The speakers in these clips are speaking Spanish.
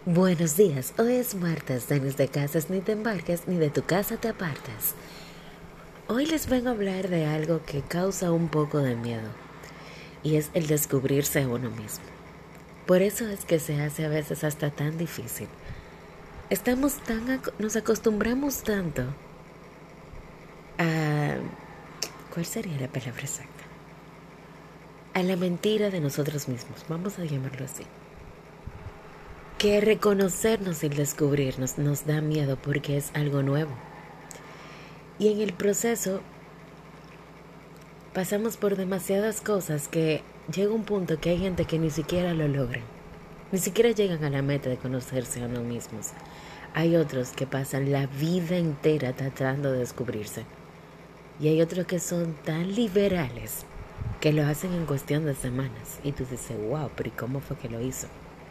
Buenos días, hoy es martes, de de casas ni te embarques, ni de tu casa te apartes. Hoy les vengo a hablar de algo que causa un poco de miedo, y es el descubrirse a uno mismo. Por eso es que se hace a veces hasta tan difícil. Nos acostumbramos tanto a... ¿Cuál sería la palabra exacta? A la mentira de nosotros mismos, vamos a llamarlo así. Que reconocernos y descubrirnos nos da miedo porque es algo nuevo. Y en el proceso pasamos por demasiadas cosas que llega un punto que hay gente que ni siquiera lo logran. Ni siquiera llegan a la meta de conocerse a uno mismos. Hay otros que pasan la vida entera tratando de descubrirse. Y hay otros que son tan liberales que lo hacen en cuestión de semanas. Y tú dices, wow, pero ¿y cómo fue que lo hizo?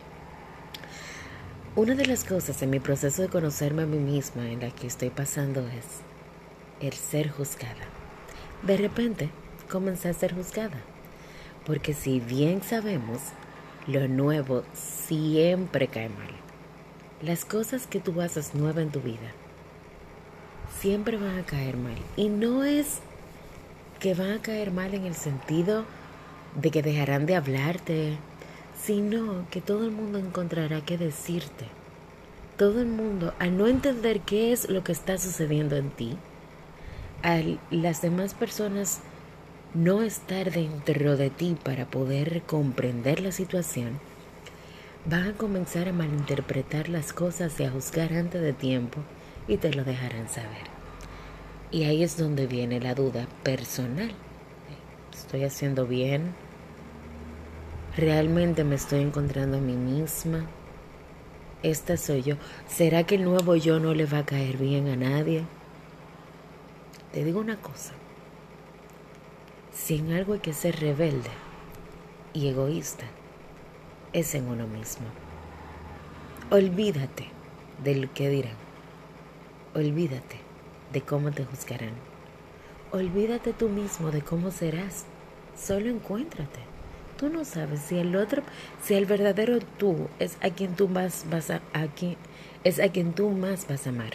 Una de las cosas en mi proceso de conocerme a mí misma en la que estoy pasando es el ser juzgada. De repente comencé a ser juzgada, porque si bien sabemos, lo nuevo siempre cae mal. Las cosas que tú haces nuevas en tu vida siempre van a caer mal, y no es que van a caer mal en el sentido de que dejarán de hablarte, sino que todo el mundo encontrará qué decirte. Todo el mundo, al no entender qué es lo que está sucediendo en ti, a las demás personas no estar dentro de ti para poder comprender la situación, van a comenzar a malinterpretar las cosas y a juzgar antes de tiempo, y te lo dejarán saber. Y ahí es donde viene la duda personal. ¿Estoy haciendo bien? ¿Realmente me estoy encontrando a mí misma? ¿Esta soy yo? ¿Será que el nuevo yo no le va a caer bien a nadie? Te digo una cosa. Si en algo hay que ser rebelde y egoísta, es en uno mismo. Olvídate de lo que dirán. Olvídate de cómo te juzgarán. Olvídate tú mismo de cómo serás. Solo encuéntrate. Tú no sabes si el verdadero tú es a quien tú más vas a amar.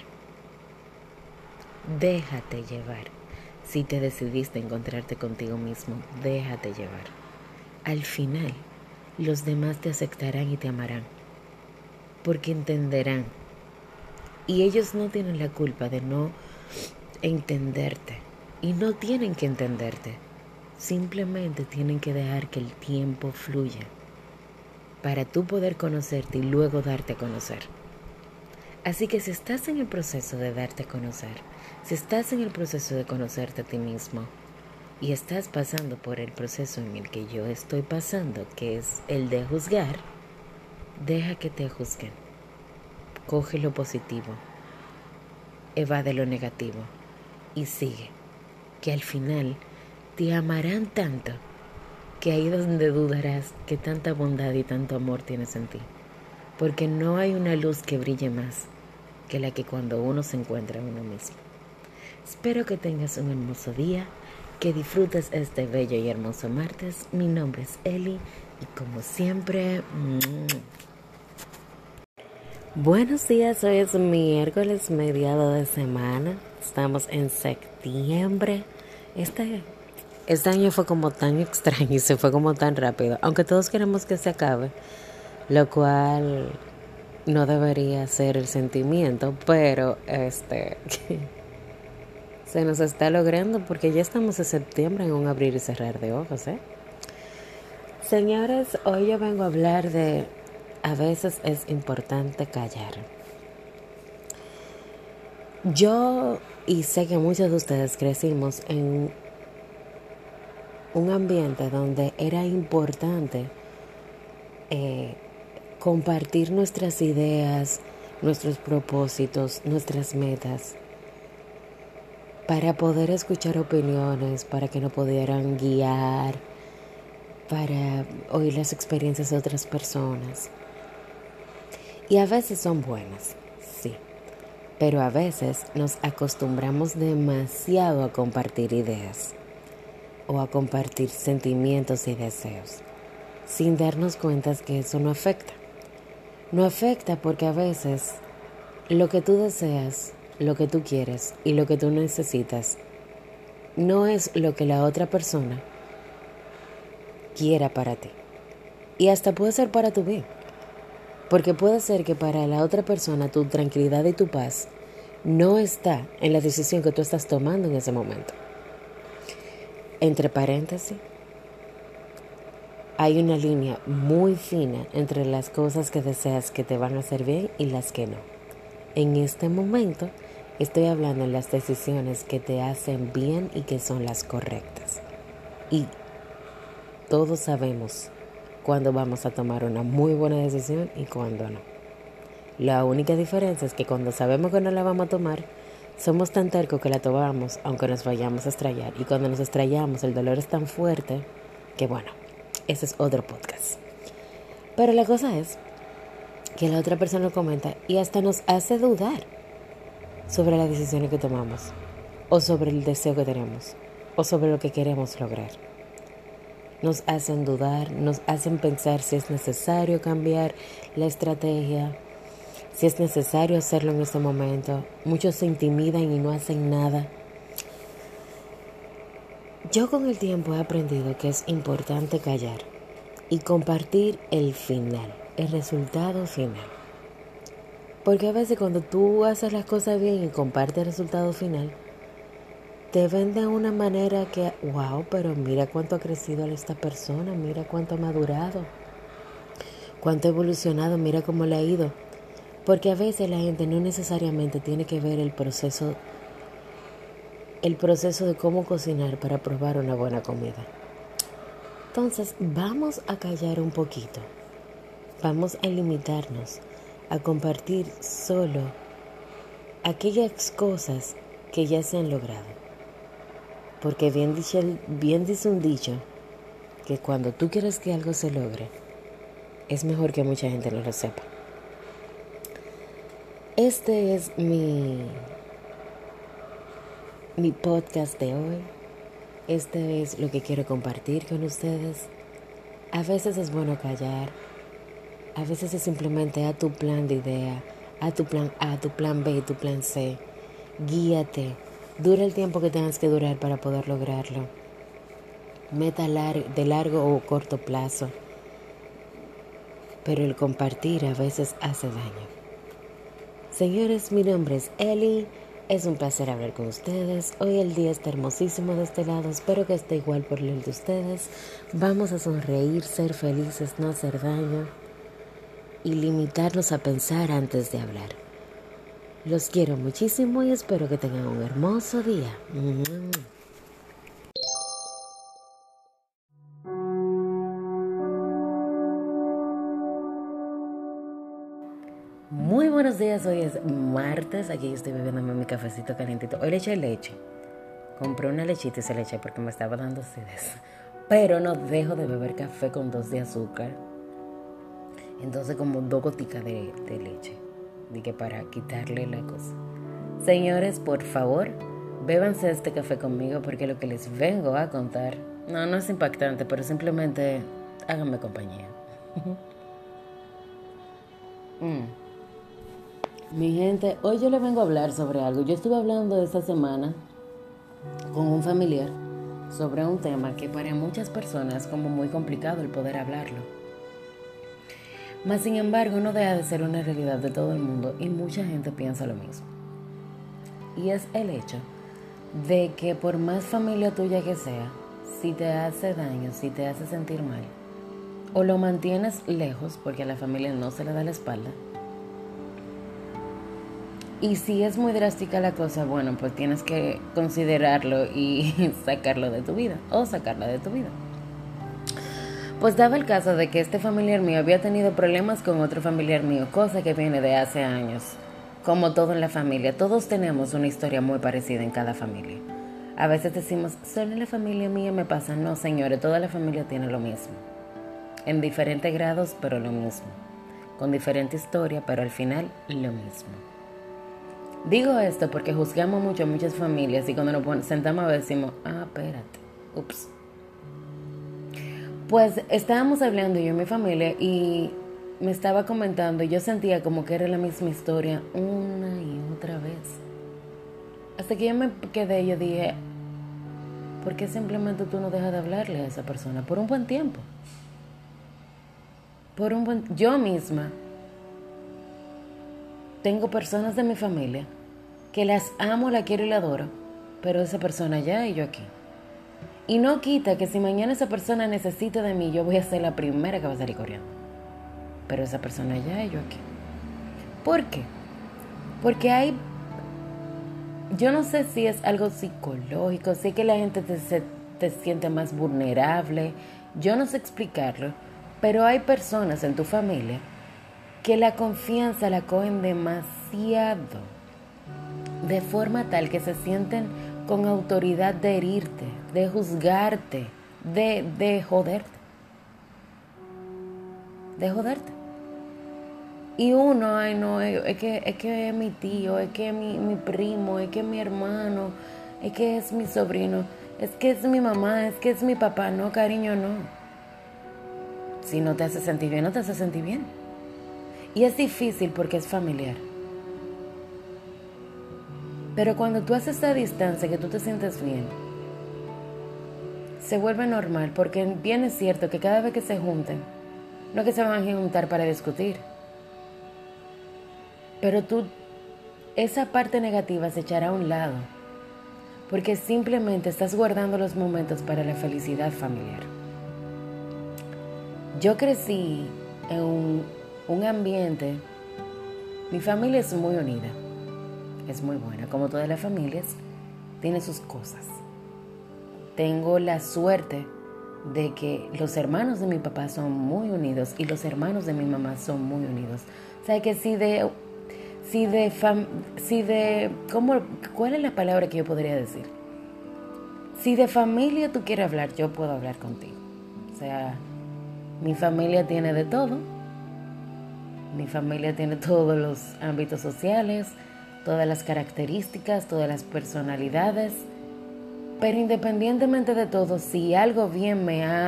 Déjate llevar. Si te decidiste a encontrarte contigo mismo, déjate llevar. Al final, los demás te aceptarán y te amarán, porque entenderán. Y ellos no tienen la culpa de no entenderte. Y no tienen que entenderte. Simplemente tienen que dejar que el tiempo fluya para tú poder conocerte y luego darte a conocer. Así que si estás en el proceso de darte a conocer, si estás en el proceso de conocerte a ti mismo y estás pasando por el proceso en el que yo estoy pasando, que es el de juzgar, deja que te juzguen. Coge lo positivo, evade lo negativo y sigue, que al final te amarán tanto que ahí es donde dudarás que tanta bondad y tanto amor tienes en ti, porque no hay una luz que brille más que la que cuando uno se encuentra en uno mismo. Espero que tengas un hermoso día, que disfrutes este bello y hermoso martes. Mi nombre es Eli y como siempre, buenos días, hoy es miércoles, mediado de semana, estamos en septiembre. Este año fue como tan extraño y se fue como tan rápido, aunque todos queremos que se acabe, lo cual no debería ser el sentimiento, pero se nos está logrando porque ya estamos en septiembre, en un abrir y cerrar de ojos, ¿eh? Señores, hoy yo vengo a hablar de a veces es importante callar. Yo y sé que muchos de ustedes crecimos en un ambiente donde era importante compartir nuestras ideas, nuestros propósitos, nuestras metas, para poder escuchar opiniones, para que nos pudieran guiar, para oír las experiencias de otras personas. Y a veces son buenas, sí, pero a veces nos acostumbramos demasiado a compartir ideas o a compartir sentimientos y deseos, sin darnos cuenta que eso no afecta. No afecta porque a veces lo que tú deseas, lo que tú quieres y lo que tú necesitas no es lo que la otra persona quiera para ti. Y hasta puede ser para tu bien. Porque puede ser que para la otra persona tu tranquilidad y tu paz no está en la decisión que tú estás tomando en ese momento. Entre paréntesis, hay una línea muy fina entre las cosas que deseas que te van a hacer bien y las que no. En este momento estoy hablando de las decisiones que te hacen bien y que son las correctas. Y todos sabemos cuándo vamos a tomar una muy buena decisión y cuándo no. La única diferencia es que cuando sabemos que no la vamos a tomar, somos tan tercos que la tomamos aunque nos vayamos a estrellar. Y cuando nos estrellamos el dolor es tan fuerte que bueno, ese es otro podcast. Pero la cosa es que la otra persona lo comenta y hasta nos hace dudar sobre las decisiones que tomamos, o sobre el deseo que tenemos, o sobre lo que queremos lograr. Nos hacen dudar, nos hacen pensar si es necesario cambiar la estrategia, si es necesario hacerlo en este momento. Muchos se intimidan y no hacen nada. Yo con el tiempo he aprendido que es importante callar y compartir el final, el resultado final. Porque a veces cuando tú haces las cosas bien y compartes el resultado final, te ven de una manera que, wow, pero mira cuánto ha crecido esta persona, mira cuánto ha madurado, cuánto ha evolucionado, mira cómo le ha ido. Porque a veces la gente no necesariamente tiene que ver el proceso de cómo cocinar para probar una buena comida. Entonces, vamos a callar un poquito. Vamos a limitarnos a compartir solo aquellas cosas que ya se han logrado. Porque bien dice un dicho que cuando tú quieres que algo se logre, es mejor que mucha gente no lo sepa. Este es mi podcast de hoy. Este es lo que quiero compartir con ustedes. A veces es bueno callar. A veces es simplemente a tu plan de idea, a tu plan A, tu plan B, tu plan C. Guíate. Dura el tiempo que tengas que durar para poder lograrlo. Meta de largo o corto plazo. Pero el compartir a veces hace daño. Señores, mi nombre es Eli. Es un placer hablar con ustedes. Hoy el día está hermosísimo de este lado. Espero que esté igual por el de ustedes. Vamos a sonreír, ser felices, no hacer daño y limitarnos a pensar antes de hablar. Los quiero muchísimo y espero que tengan un hermoso día. Muy buenos días, hoy es martes, aquí estoy bebiéndome mi cafecito calientito. Hoy le eché leche, compré una lechita y se le eché porque me estaba dando sedes. Pero no dejo de beber café con 2 de azúcar. Entonces como 2 goticas de leche, dije para quitarle la cosa. Señores, por favor, bébanse este café conmigo porque lo que les vengo a contar, no es impactante, pero simplemente háganme compañía. Mi gente, hoy yo les vengo a hablar sobre algo. Yo estuve hablando esta semana con un familiar sobre un tema que para muchas personas es como muy complicado el poder hablarlo. Mas sin embargo no deja de ser una realidad de todo el mundo y mucha gente piensa lo mismo. Y es el hecho de que por más familia tuya que sea, si te hace daño, si te hace sentir mal, o lo mantienes lejos porque a la familia no se le da la espalda, y si es muy drástica la cosa, bueno, pues tienes que considerarlo y sacarlo de tu vida o sacarla de tu vida. Pues daba el caso de que este familiar mío había tenido problemas con otro familiar mío, cosa que viene de hace años. Como todo en la familia, todos tenemos una historia muy parecida en cada familia. A veces decimos, solo en la familia mía me pasa. No, señores, toda la familia tiene lo mismo. En diferentes grados, pero lo mismo. Con diferente historia, pero al final lo mismo. Digo esto porque juzgamos mucho a muchas familias y cuando nos sentamos a ver decimos, espérate, ups. Pues estábamos hablando yo y mi familia y me estaba comentando y yo sentía como que era la misma historia una y otra vez. Hasta que yo me quedé y yo dije, ¿por qué simplemente tú no dejas de hablarle a esa persona por un buen tiempo? Yo misma tengo personas de mi familia que las amo, la quiero y la adoro, pero esa persona allá y yo aquí. Y no quita que si mañana esa persona necesita de mí, yo voy a ser la primera que va a salir corriendo. Pero esa persona allá y yo aquí. ¿Por qué? Porque yo no sé si es algo psicológico, sé que la gente te siente más vulnerable, yo no sé explicarlo, pero hay personas en tu familia que la confianza la cogen demasiado, de forma tal que se sienten con autoridad de herirte, de juzgarte, de joderte, de joderte. Y uno, ay no, es que es mi tío, es que es mi primo, es que es mi hermano, es que es mi sobrino, es que es mi mamá, es que es mi papá. No, cariño, no. Si no te hace sentir bien, no te hace sentir bien. Y es difícil porque es familiar. Pero cuando tú haces esa distancia, que tú te sientes bien, se vuelve normal, porque bien es cierto que cada vez que se junten, no es que se van a juntar para discutir, pero esa parte negativa se echará a un lado, porque simplemente estás guardando los momentos para la felicidad familiar. Yo crecí en un ambiente, mi familia es muy unida, es muy buena, como todas las familias, tiene sus cosas. Tengo la suerte de que los hermanos de mi papá son muy unidos y los hermanos de mi mamá son muy unidos. O sea que ¿cuál es la palabra que yo podría decir? Si de familia tú quieres hablar, yo puedo hablar contigo. O sea, mi familia tiene de todo. Mi familia tiene todos los ámbitos sociales, todas las características, todas las personalidades. Pero independientemente de todo, si algo bien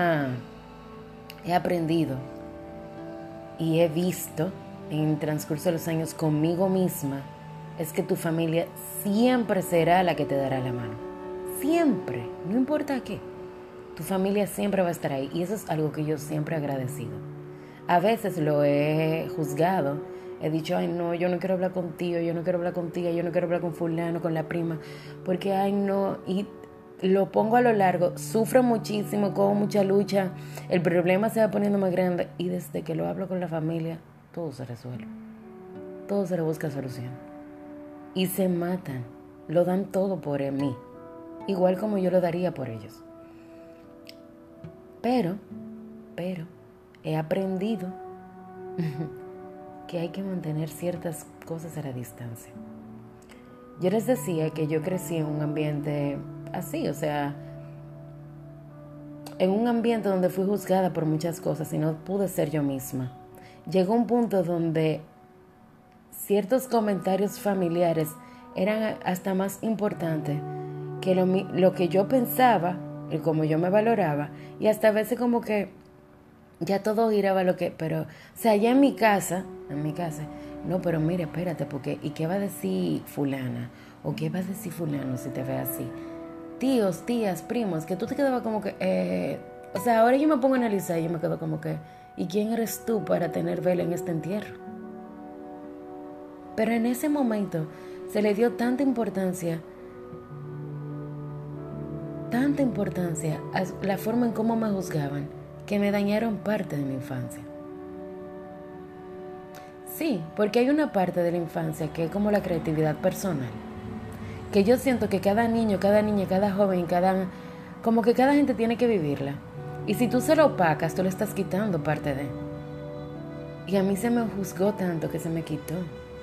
he aprendido y he visto en el transcurso de los años conmigo misma, es que tu familia siempre será la que te dará la mano. Siempre, no importa qué. Tu familia siempre va a estar ahí y eso es algo que yo siempre he agradecido. A veces lo he juzgado, he dicho, ay no, yo no quiero hablar contigo, yo no quiero hablar contigo, yo no quiero hablar con fulano, con la prima, porque ay no, y lo pongo a lo largo, sufro muchísimo, con mucha lucha, el problema se va poniendo más grande y desde que lo hablo con la familia, todo se resuelve, todo se le busca solución. Y se matan, lo dan todo por mí, igual como yo lo daría por ellos. Pero, he aprendido que hay que mantener ciertas cosas a la distancia. Yo les decía que yo crecí en un ambiente así, o sea, en un ambiente donde fui juzgada por muchas cosas y no pude ser yo misma. Llegó un punto donde ciertos comentarios familiares eran hasta más importantes que lo que yo pensaba y como yo me valoraba, y hasta a veces como que ya todo giraba pero, o sea, ya en mi casa, no, pero mire, espérate, porque, ¿y qué va a decir fulana? ¿O qué va a decir fulano si te ve así? Tíos, tías, primos, que tú te quedabas como que, o sea, ahora yo me pongo a analizar y yo me quedo como que, ¿y quién eres tú para tener vela en este entierro? Pero en ese momento se le dio tanta importancia a la forma en cómo me juzgaban, que me dañaron parte de mi infancia. Sí, porque hay una parte de la infancia que es como la creatividad personal, que yo siento que cada niño, cada niña, cada joven, como que cada gente tiene que vivirla. Y si tú se lo opacas, tú le estás quitando parte de. Y a mí se me juzgó tanto que se me quitó.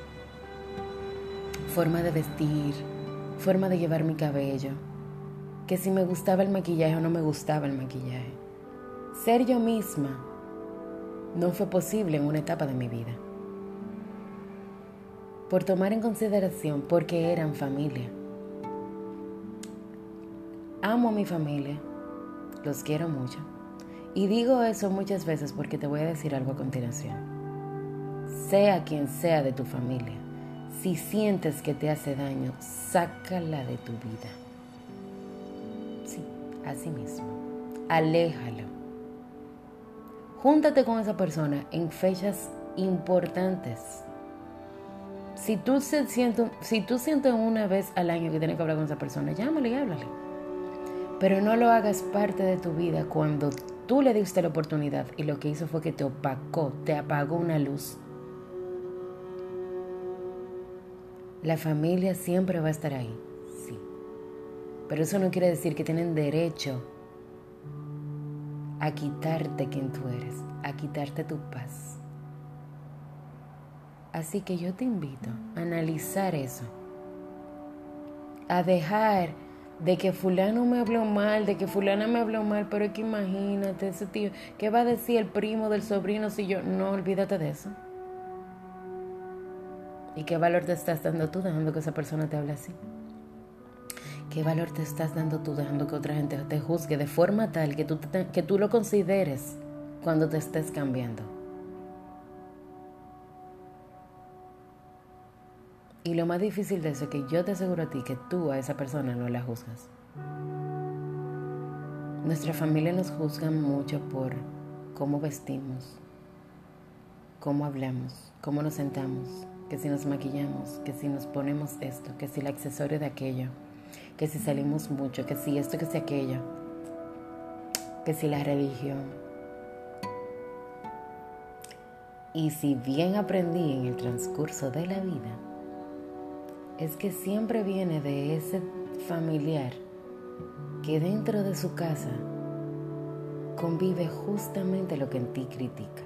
Forma de vestir, forma de llevar mi cabello, que si me gustaba el maquillaje o no me gustaba el maquillaje. Ser yo misma no fue posible en una etapa de mi vida. Por tomar en consideración porque eran familia. Amo a mi familia, los quiero mucho. Y digo eso muchas veces porque te voy a decir algo a continuación. sea quien sea de tu familia, si sientes que te hace daño, sácala de tu vida. Sí, así mismo. Aléjalo. Júntate con esa persona en fechas importantes. Si tú sientes una vez al año que tienes que hablar con esa persona, llámale y háblale. Pero no lo hagas parte de tu vida cuando tú le diste la oportunidad y lo que hizo fue que te opacó, te apagó una luz. La familia siempre va a estar ahí, sí. Pero eso no quiere decir que tienen derecho a quitarte quien tú eres, a quitarte tu paz. Así que yo te invito a analizar eso, a dejar de que fulano me habló mal, de que fulana me habló mal, pero es que imagínate ese tío, ¿qué va a decir el primo del sobrino si yo? No, olvídate de eso. ¿Y qué valor te estás dando tú dejando que esa persona te hable así? ¿Qué valor te estás dando tú dejando que otra gente te juzgue de forma tal que tú lo consideres cuando te estés cambiando? Y lo más difícil de eso es que yo te aseguro a ti que tú a esa persona no la juzgas. Nuestra familia nos juzga mucho por cómo vestimos, cómo hablamos, cómo nos sentamos, que si nos maquillamos, que si nos ponemos esto, que si el accesorio de aquello, que si salimos mucho, que si esto, que si aquello, que si la religión. Y si bien aprendí en el transcurso de la vida, es que siempre viene de ese familiar que dentro de su casa convive justamente lo que en ti critica.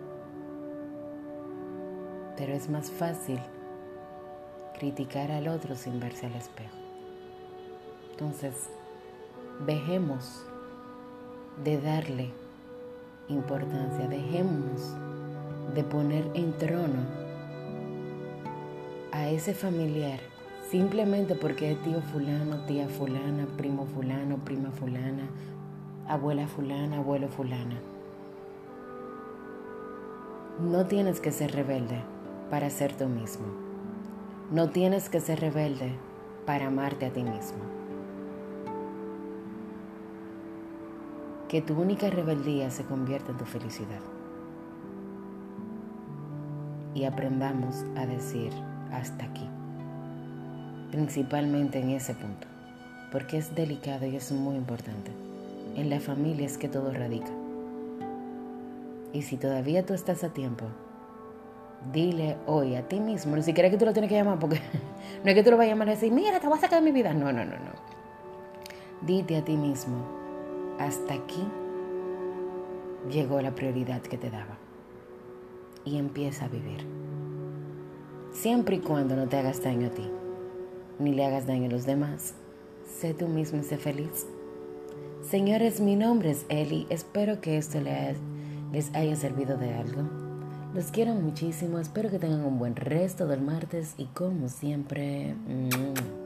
Pero es más fácil criticar al otro sin verse al espejo. Entonces, dejemos de darle importancia, dejemos de poner en trono a ese familiar simplemente porque es tío fulano, tía fulana, primo fulano, prima fulana, abuela fulana, abuelo fulana. No tienes que ser rebelde para ser tú mismo. No tienes que ser rebelde para amarte a ti mismo. Que tu única rebeldía se convierta en tu felicidad. Y aprendamos a decir hasta aquí. Principalmente en ese punto. Porque es delicado y es muy importante. En la familia es que todo radica. Y si todavía tú estás a tiempo, dile hoy a ti mismo, ni siquiera que tú lo tienes que llamar, porque no es que tú lo vayas a llamar y decir, mira, te voy a sacar de mi vida. No. Dite a ti mismo, hasta aquí llegó la prioridad que te daba. Y empieza a vivir. Siempre y cuando no te hagas daño a ti, ni le hagas daño a los demás, sé tú mismo y sé feliz. Señores, mi nombre es Eli. Espero que esto les haya servido de algo. Los quiero muchísimo. Espero que tengan un buen resto del martes y como siempre...